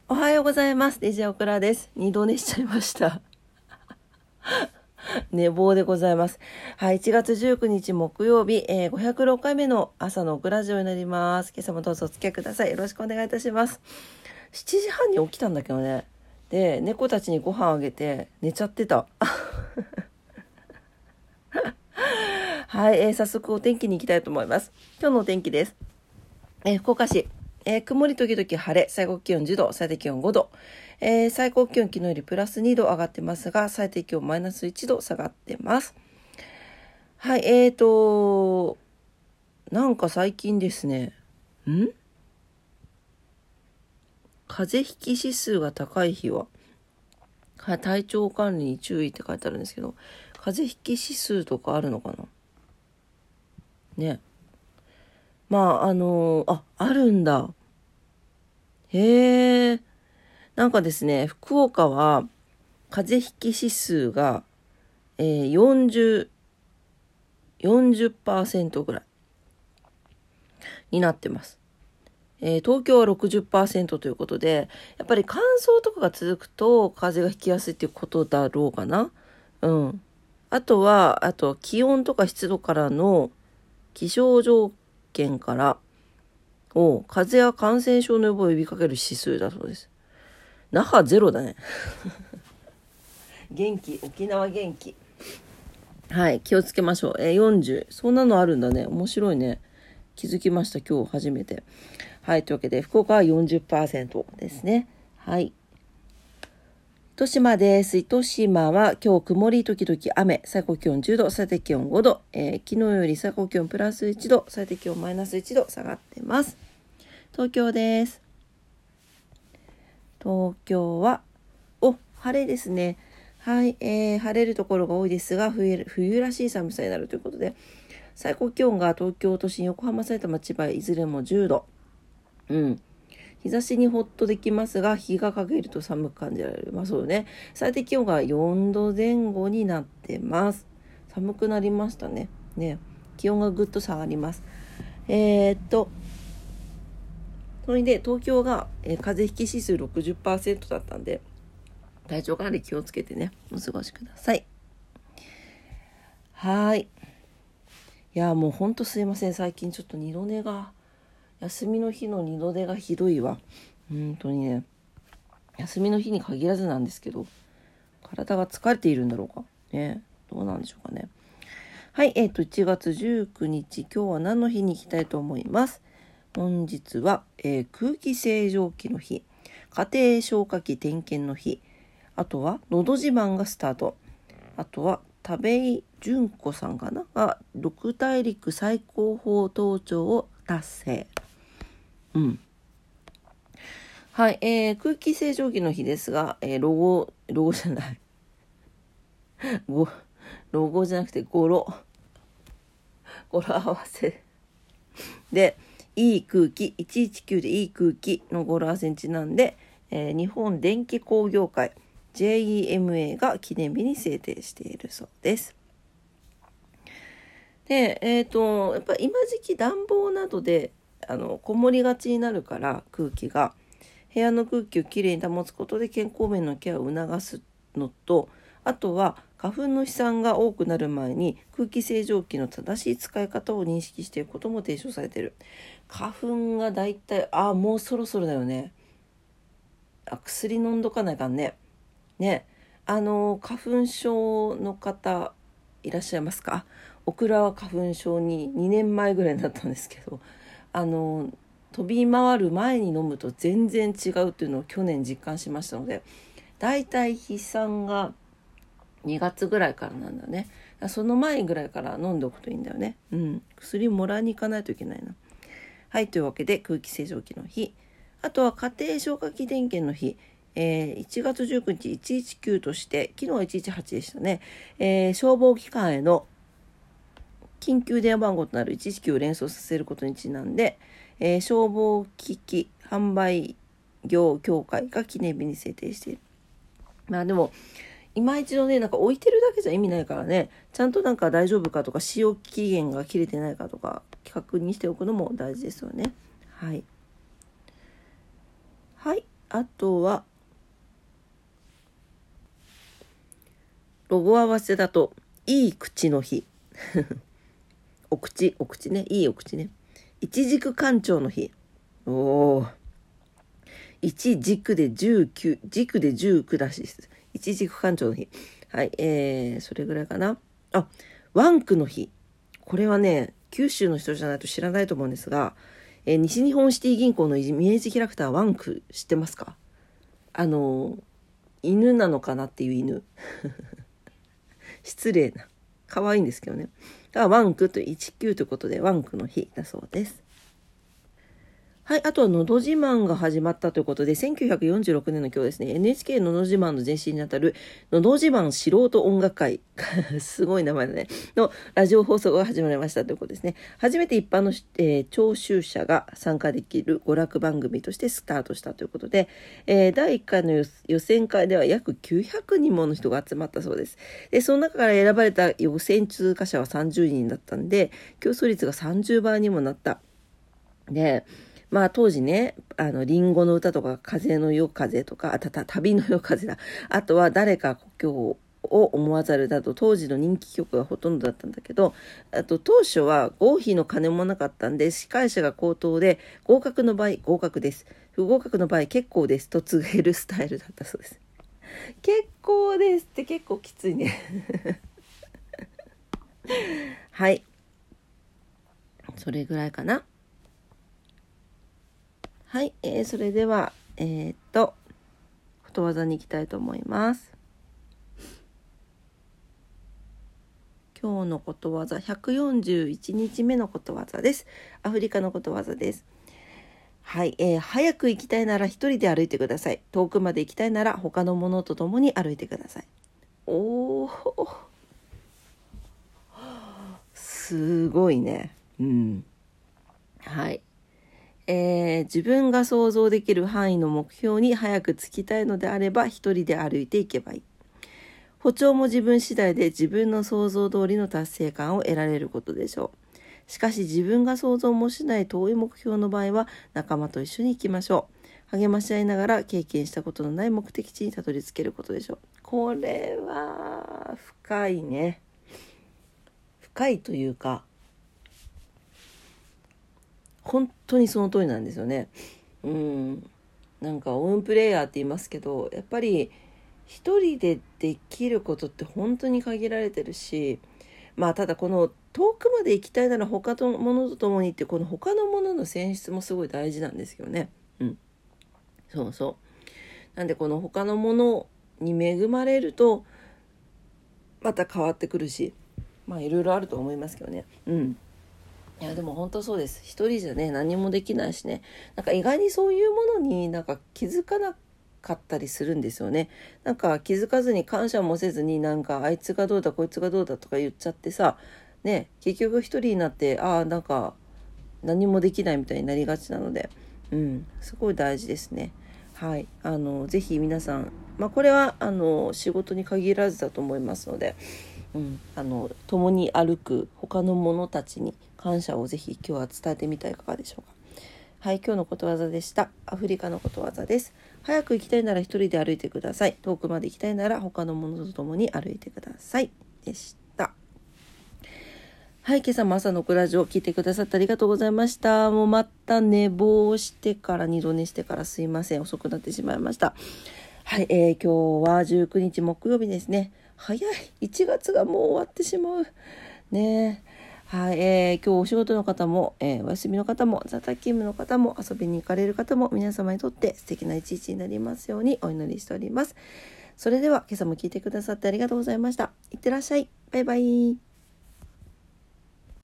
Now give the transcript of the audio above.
おはようございます。DJ オクラです。二度寝しちゃいました。寝坊でございます。はい、1月19日木曜日、506回目の朝のオクラジオになります。今朝もどうぞお付き合いください。よろしくお願いいたします。7時半に起きたんだけどね。で、猫たちにご飯あげて寝ちゃってた。はい、早速お天気に行きたいと思います。今日のお天気です。福岡市。曇り時々晴れ、最高気温10度、最低気温5度。最高気温昨日よりプラス2度上がってますが、最低気温マイナス1度下がってます。はい、なんか最近ですね、風邪ひき指数が高い日は、体調管理に注意って書いてあるんですけど、風邪ひき指数とかあるのかなね。あるんだ。へえ。なんかですね、福岡は風邪ひき指数が、40% ぐらいになってます。東京は 60% ということで、やっぱり乾燥とかが続くと風邪がひきやすいっていうことだろうかな。あと気温とか湿度からの気象条件から風邪や感染症の予防を呼びかける指数だそうです。那覇ゼロだね。元気、沖縄元気。はい、気をつけましょう。40、そんなのあるんだね。面白いね。気づきました、今日初めて。はい、というわけで、福岡は 40% ですね。はい。糸島です。糸島は今日曇り時々雨、最高気温10度、最低気温5度。昨日より最高気温プラス1度、最低気温マイナス1度下がってます。東京です。東京は、晴れですね。はい、晴れるところが多いですが、冬らしい寒さになるということで、最高気温が東京都心、横浜、埼玉、千葉、いずれも10度。日差しにホッとできますが、日が陰ると寒く感じられます。そうね。最低気温が4度前後になってます。寒くなりましたね。気温がぐっと下がります。それで東京が、風邪ひき指数 60% だったんで、体調管理気をつけてね、お過ごしください。はい。いや、もうほんとすいません。最近ちょっと二度寝が、休みの日の二度寝がひどいわ。本当にね、休みの日に限らずなんですけど、体が疲れているんだろうか。ね、どうなんでしょうかね。はい、1月19日、今日は何の日に行きたいと思います。本日は、空気清浄機の日、家庭消火器点検の日、あとはのど自慢がスタート、あとは田部井純子さんかなが6大陸最高峰登頂を達成。はい、空気清浄機の日ですが、ロゴじゃないロゴじゃなくて語呂合わせで、いい空気、119でいい空気の語呂合わせにちなんで、日本電気工業会 JEMA が記念日に制定しているそうです。で、やっぱり今時期暖房などでこもりがちになるから空気が部屋の空気をきれいに保つことで健康面のケアを促すのと、あとは花粉の飛散が多くなる前に空気清浄機の正しい使い方を認識していくことも提唱されている。花粉がだいたいもうそろそろだよね。薬飲んどかないかんね。花粉症の方いらっしゃいますか？オクラは花粉症に2年前ぐらいになったんですけど、飛び回る前に飲むと全然違うっていうのを去年実感しましたので、だいたい飛散が2月ぐらいからなんだね。その前ぐらいから飲んでおくといいんだよね。薬もらいに行かないといけないな。はい、というわけで空気清浄機の日、あとは家庭消火器点検の日、1月19日119として、昨日は118でしたね。消防機関への緊急電話番号となる119を連想させることにちなんで、消防機器販売業協会が記念日に制定している。でも今一度ね、なんか置いてるだけじゃ意味ないからね、ちゃんとなんか大丈夫かとか、使用期限が切れてないかとか確認しておくのも大事ですよね。はい、 あとはロゴ合わせだといい口の日お口ね、いいお口ね。一軸干潮の日。おー、一軸で19、軸で19らしいです。一軸干潮の日。はい、それぐらいかな。あ、ワンクの日。これはね、九州の人じゃないと知らないと思うんですが、西日本シティ銀行のイメージキャラクターワンク知ってますか？犬なのかなっていう犬。失礼な。可愛いんですけどね。だからワンクと19ということでワンクの日だそうです。はい、あとはのど自慢が始まったということで、1946年の今日ですね、NHK のど自慢の前身にあたるのど自慢素人音楽会すごい名前だねのラジオ放送が始まりましたということですね。初めて一般の、聴衆者が参加できる娯楽番組としてスタートしたということで、第1回の予選会では約900人もの人が集まったそうです。で、その中から選ばれた予選通過者は30人だったんで、競争率が30倍にもなった。で、まあ当時ね、リンゴの歌とか風の夜風とか、旅の夜風だ。あとは誰か故郷を思わざるだと当時の人気曲がほとんどだったんだけど、あと当初は合否の金もなかったんで、司会者が口頭で合格の場合合格です。不合格の場合結構ですと告げるスタイルだったそうです。結構ですって結構きついね。はい。それぐらいかな。はい、それではことわざに行きたいと思います。今日のことわざ141日目のことわざです。アフリカのことわざです。はい、早く行きたいなら一人で歩いてください。遠くまで行きたいなら他の者と共に歩いてください。おー、すごいね。うん。はい。自分が想像できる範囲の目標に早く着きたいのであれば一人で歩いていけばいい。歩調も自分次第で自分の想像通りの達成感を得られることでしょう。しかし自分が想像もしない遠い目標の場合は仲間と一緒に行きましょう。励まし合いながら経験したことのない目的地にたどり着けることでしょう。これは深いね。深いというか本当にその通りなんですよね。なんかオンプレイヤーって言いますけど、やっぱり一人でできることって本当に限られてるし、まあただこの遠くまで行きたいなら他のものと共にってこの他のものの選出もすごい大事なんですよね。そうそう。なんでこの他のものに恵まれるとまた変わってくるし、まあいろいろあると思いますけどね。いやでも本当そうです。一人じゃね何もできないしね。なんか意外にそういうものになんか気づかなかったりするんですよね。なんか気づかずに感謝もせずになんかあいつがどうだこいつがどうだとか言っちゃってさ、ね、結局一人になってなんか何もできないみたいになりがちなので、すごい大事ですね。はい、ぜひ皆さん、これは仕事に限らずだと思いますので、共に歩く他の者たちに感謝をぜひ今日は伝えてみてはいかがでしょうか。はい、今日のことわざでした。アフリカのことわざです。早く行きたいなら一人で歩いてください。遠くまで行きたいなら他の者と共に歩いてください。でした。はい、今朝も朝のクラジオを聞いてくださってありがとうございました。もうまた寝坊してから二度寝してからすいません。遅くなってしまいました。はい、今日は19日木曜日ですね。早い。1月がもう終わってしまう。ねえ。はい、今日お仕事の方も、お休みの方も、在宅勤務の方も、遊びに行かれる方も、皆様にとって素敵な一日になりますようにお祈りしております。それでは今朝も聞いてくださってありがとうございました。いってらっしゃい。バイバイ。